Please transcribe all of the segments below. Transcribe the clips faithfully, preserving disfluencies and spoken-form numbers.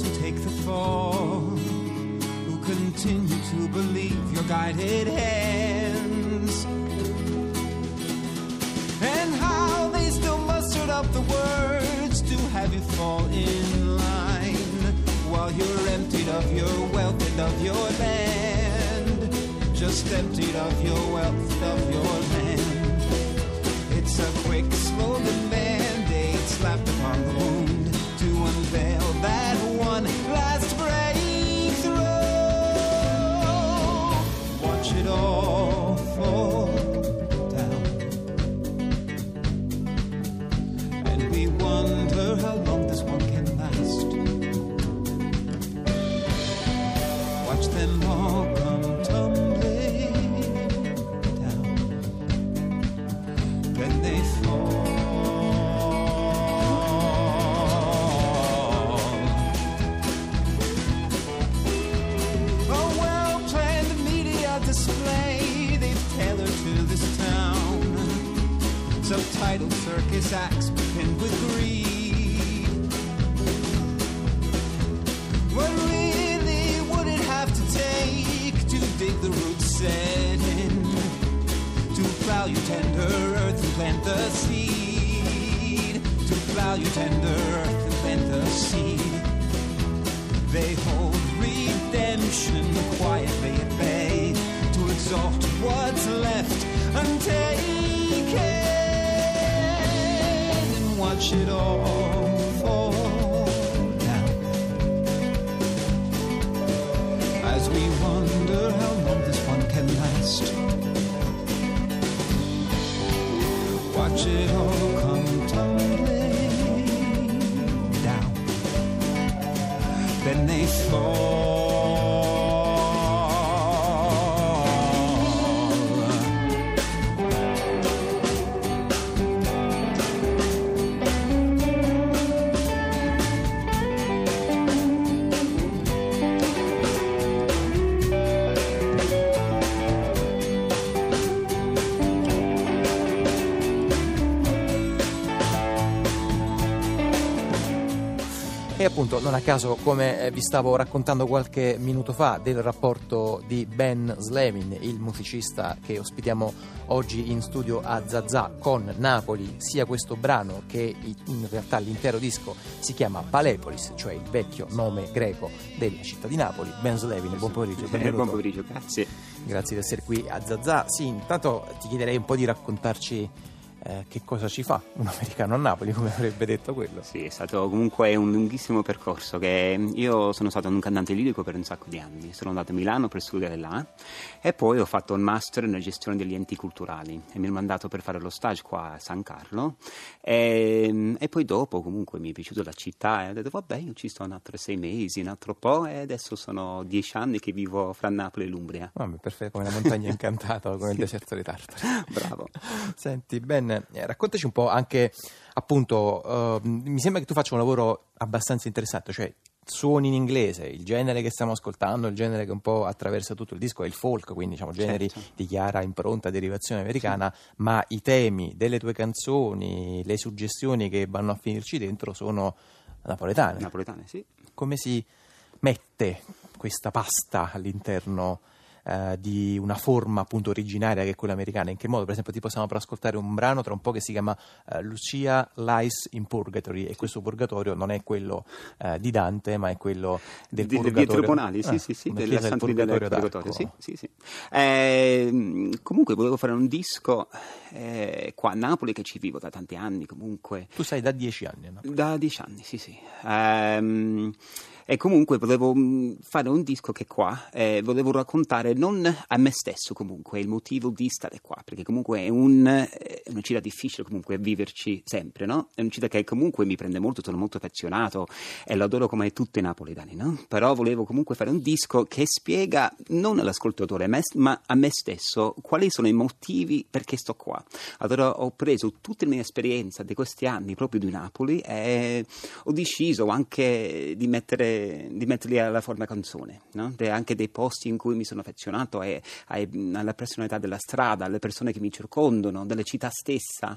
those who take the fall, who continue to believe your guided hands, and how they still mustered up the words to have you fall in line, while you're emptied of your wealth and of your land, just emptied of your wealth, of your land. It's a quick slogan, band-aid slapped upon the wound to unveil that one last breakthrough. Watch it all fall down, and we wonder how long this one can last. Watch them all come tumbling down, then they fall. A well-planned media display they've tailored to this town, subtitled circus acts pinned with greed. What really would it have to take to dig the roots set in, to plow your tender earth and plant the seed, to plow your tender earth and plant the seed? They hold redemption quietly at bay, to exalt what's left untaken, and watch it all fall down, as we wonder how long this one can last. Watch it all come tumbling down, then they fall. E appunto, non a caso, come vi stavo raccontando qualche minuto fa del rapporto di Ben Slevin, il musicista che ospitiamo oggi in studio a Zazà, con Napoli, sia questo brano che in realtà l'intero disco si chiama Palepolis, cioè il vecchio nome greco della città di Napoli. Ben Slevin, buon pomeriggio. Eh, buon pomeriggio, grazie. Grazie di essere qui a Zazà. Sì, intanto ti chiederei un po' di raccontarci Eh, che cosa ci fa un americano a Napoli, come avrebbe detto quello. Sì, è stato comunque un lunghissimo percorso. Che io sono stato un cantante lirico per un sacco di anni, sono andato a Milano per studiare là e poi ho fatto un master nella gestione degli enti culturali e mi hanno mandato per fare lo stage qua a San Carlo e, e poi dopo comunque mi è piaciuta la città e ho detto vabbè, io ci sto un altro sei mesi, un altro po', e adesso sono dieci anni che vivo fra Napoli e l'Umbria. Vabbè, perfetto, come una montagna incantata, come sì. Il deserto dei Tartari. Bravo. Senti, Ben, Eh, raccontaci un po' anche, appunto, uh, mi sembra che tu faccia un lavoro abbastanza interessante, cioè suoni in inglese, il genere che stiamo ascoltando, il genere che un po' attraversa tutto il disco è il folk, quindi diciamo generi certo. di chiara impronta, derivazione americana, sì. Ma i temi delle tue canzoni, le suggestioni che vanno a finirci dentro sono napoletane. Napoletane, sì. Come si mette questa pasta all'interno Uh, di una forma appunto originaria che è quella americana? In che modo? Per esempio ti possiamo per ascoltare un brano tra un po' che si chiama uh, Lucia Lies in Purgatory, e questo purgatorio non è quello uh, di Dante, ma è quello del di, purgatorio di Tribunali, sì, ah, sì, sì, della del purgatorio purgatorio, sì, sì, sì. Eh, comunque volevo fare un disco eh, qua a Napoli, che ci vivo da tanti anni comunque. Tu sei da dieci anni, no? Da dieci anni, sì, sì. Um, e comunque volevo fare un disco che qua eh, volevo raccontare non a me stesso comunque il motivo di stare qua, perché comunque è, un, è una città difficile comunque viverci sempre, no? È una città che comunque mi prende molto, sono molto affezionato e lo adoro come tutti i napoletani, no? Però volevo comunque fare un disco che spiega non all'ascoltatore ma a me stesso quali sono i motivi perché sto qua. Allora ho preso tutte le mie esperienze di questi anni proprio di Napoli e ho deciso anche di mettere eh, di metterli alla forma canzone, no? De, anche dei posti in cui mi sono affezionato, e, e, alla personalità della strada, alle persone che mi circondano, della città stessa.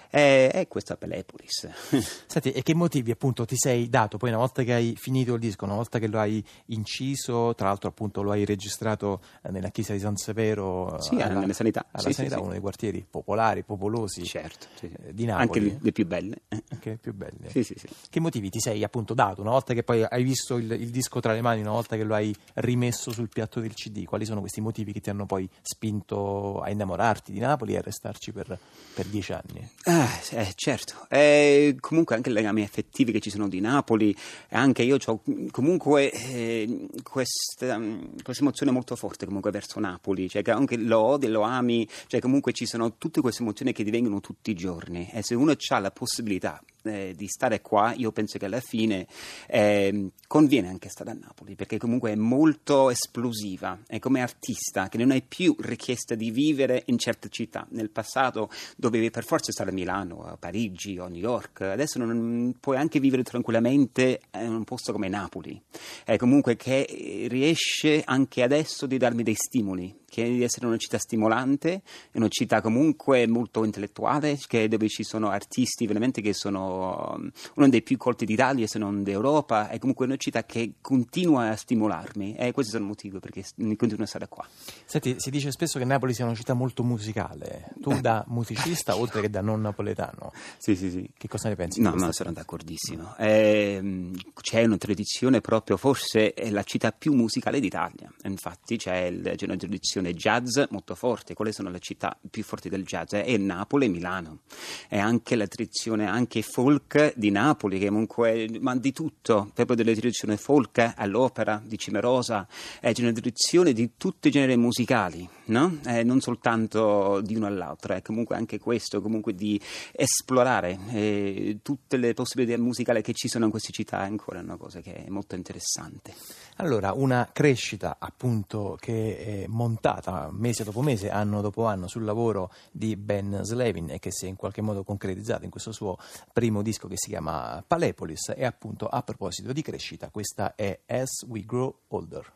E, e questo è Palepolis. Senti, e che motivi appunto ti sei dato poi una volta che hai finito il disco, una volta che lo hai inciso, tra l'altro appunto lo hai registrato nella chiesa di San Severo, sì, alla, nella sanità, alla sì, sanità sì, uno sì. dei quartieri popolari, popolosi, certo, sì, sì. eh, di Napoli, anche le, le più belle, anche le più belle. Sì, sì, sì. Che motivi ti sei appunto dato una volta che poi hai visto il, il disco tra le mani, una volta che lo hai rimesso sul piatto del C D? Quali sono questi motivi che ti hanno poi spinto a innamorarti di Napoli e a restarci per, per dieci anni? Ah, eh, certo. Eh, comunque anche i legami affettivi che ci sono di Napoli, anche io ho comunque eh, questa, questa emozione molto forte comunque verso Napoli, cioè che anche lo odi e lo ami, cioè comunque ci sono tutte queste emozioni che divengono tutti i giorni, e se uno ha la possibilità eh, di stare qua, io penso che alla fine eh, conviene anche stare a Napoli, perché comunque è molto esplosiva, è come artista che non hai più richiesta di vivere in certe città. Nel passato dovevi per forza stare a Milano, a Parigi o a New York, adesso non puoi anche vivere tranquillamente in un posto come Napoli, è comunque che riesce anche adesso di darmi dei stimoli, che di essere una città stimolante, è una città comunque molto intellettuale, che dove ci sono artisti veramente che sono uno dei più colti d'Italia, se non d'Europa, è comunque una città che continua a stimolarmi, e questo è il motivo perché continuo a stare qua. Senti, si dice spesso che Napoli sia una città molto musicale, tu Beh. da musicista oltre che da non napoletano, Sì, sì, sì. che cosa ne pensi? No, di no, questa sono cosa? d'accordissimo. Eh, c'è una tradizione proprio, forse è la città più musicale d'Italia. Infatti c'è, il, c'è una tradizione jazz molto forte. Quali sono le città più forti del jazz? È Napoli e Milano. E anche la tradizione anche folk di Napoli, che comunque, ma di tutto, proprio delle tradizioni folk all'opera di Cimarosa. Eh, c'è una tradizione di tutti i generi musicali, no? Eh, non soltanto di uno all'altro, è comunque anche questo, comunque di esplorare eh, tutte le possibilità musicali che ci sono in queste città, è ancora una cosa che è molto interessante. Allora, una crescita appunto che è montata mese dopo mese, anno dopo anno sul lavoro di Ben Slavin e che si è in qualche modo concretizzata in questo suo primo disco che si chiama Palepolis. E appunto a proposito di crescita, questa è As We Grow Older.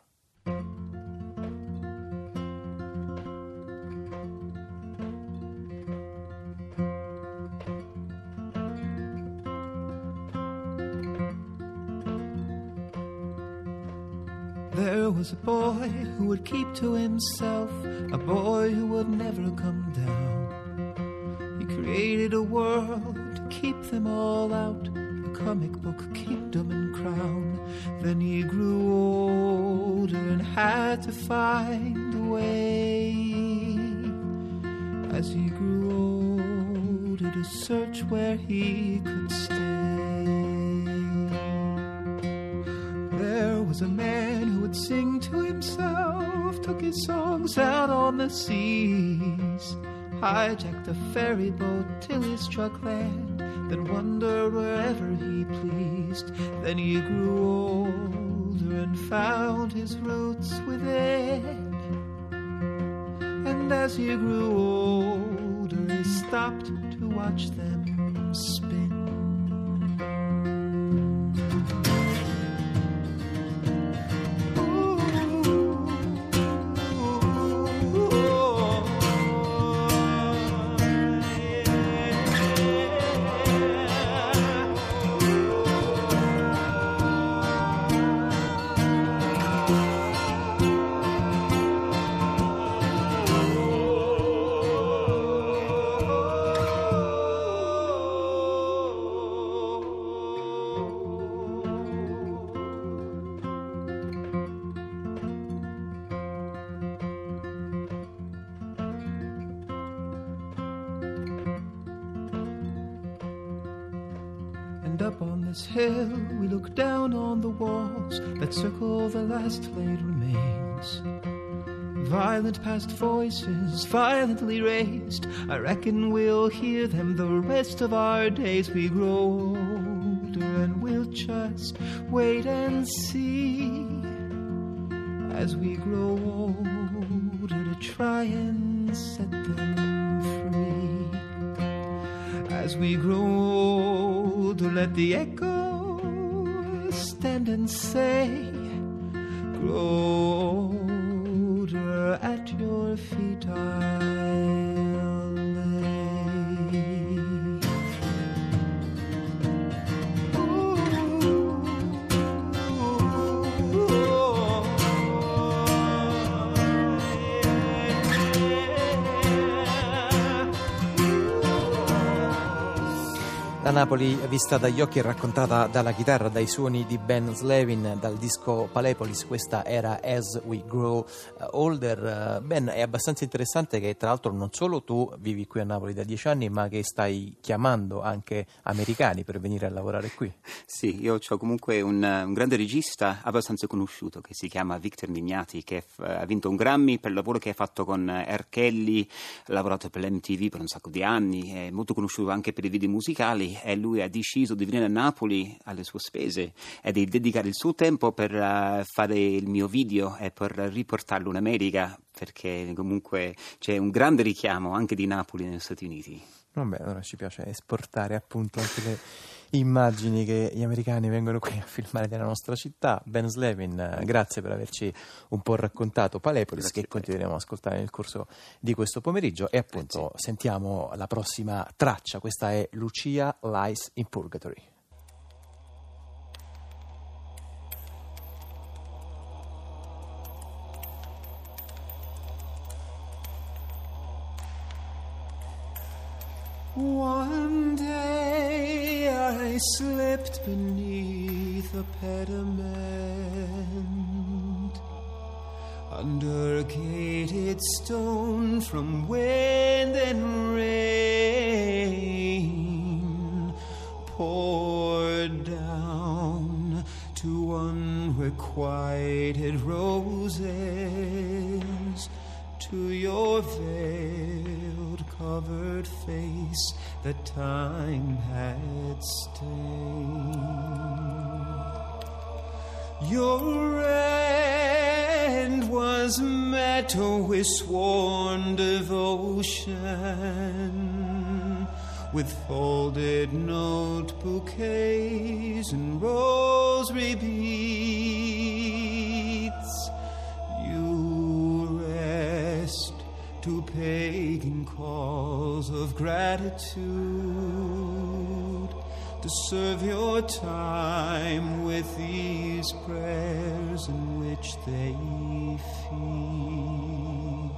There was a boy who would keep to himself, a boy who would never come down. He created a world to keep them all out, a comic book kingdom and crown. Then he grew older and had to find a way. As he grew older to search where he could stay. There was a man who would sing to himself, took his songs out on the seas, hijacked a ferry boat till he struck land, then wandered wherever he pleased. Then he grew older and found his roots within, and as he grew older he stopped to watch them spin. And up on this hill we look down on the walls that circle the last laid remains. Violent past voices, violently raised, I reckon we'll hear them the rest of our days. We grow older and we'll just wait and see, as we grow older to try and set them free. As we grow older, let the echo stand and say, grow older, at your feet I'll lay. Ooh, ooh, La Napoli vista dagli occhi e raccontata dalla chitarra, dai suoni di Ben Slevin, dal disco Palepolis. Questa era As We Grow Older. Ben, è abbastanza interessante che tra l'altro non solo tu vivi qui a Napoli da dieci anni, ma che stai chiamando anche americani per venire a lavorare qui. Sì, io ho comunque un, un grande regista abbastanza conosciuto che si chiama Victor Mignati, che f- ha vinto un Grammy per il lavoro che ha fatto con R. Kelly, ha lavorato per l'M T V per un sacco di anni, è molto conosciuto anche per i video musicali, e lui ha deciso di venire a Napoli alle sue spese e di dedicare il suo tempo per uh, fare il mio video e per riportarlo in America, perché comunque c'è un grande richiamo anche di Napoli negli Stati Uniti. Vabbè, allora ci piace esportare appunto anche le immagini che gli americani vengono qui a filmare nella nostra città. Ben Slevin, grazie per averci un po' raccontato Palepolis, grazie, che continueremo ad ascoltare nel corso di questo pomeriggio. E appunto grazie. Sentiamo la prossima traccia. Questa è Lucia Lies in Purgatory. One day I slipped beneath a pediment, under a gated stone from wind and rain, poured down to unrequited roses, to your veiled, covered face that time had stained. Your end was met with sworn devotion, with folded note bouquets and rosary beads. You rest to pagan calls of gratitude, to serve your time with these prayers in which they feed.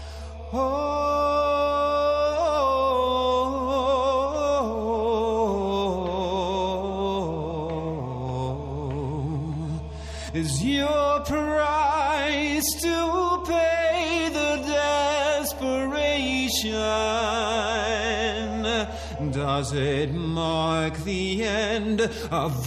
Oh, is your price to pay the desperation? Does it mark the end of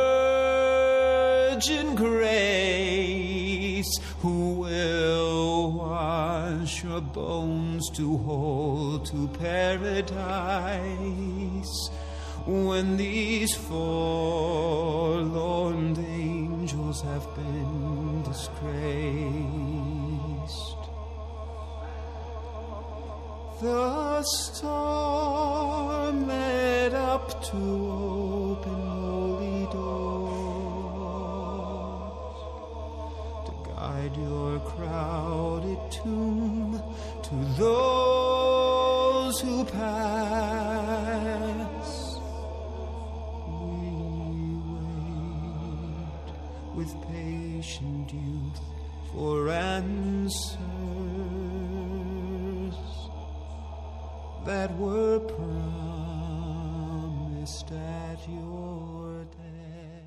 virgin grace, who will wash your bones to hold to paradise, when these forlorn angels have been disgraced? The storm led up to open holy doors, to guide your crowded tomb to those who pass. We wait with patient youth for answers that were promised at your death.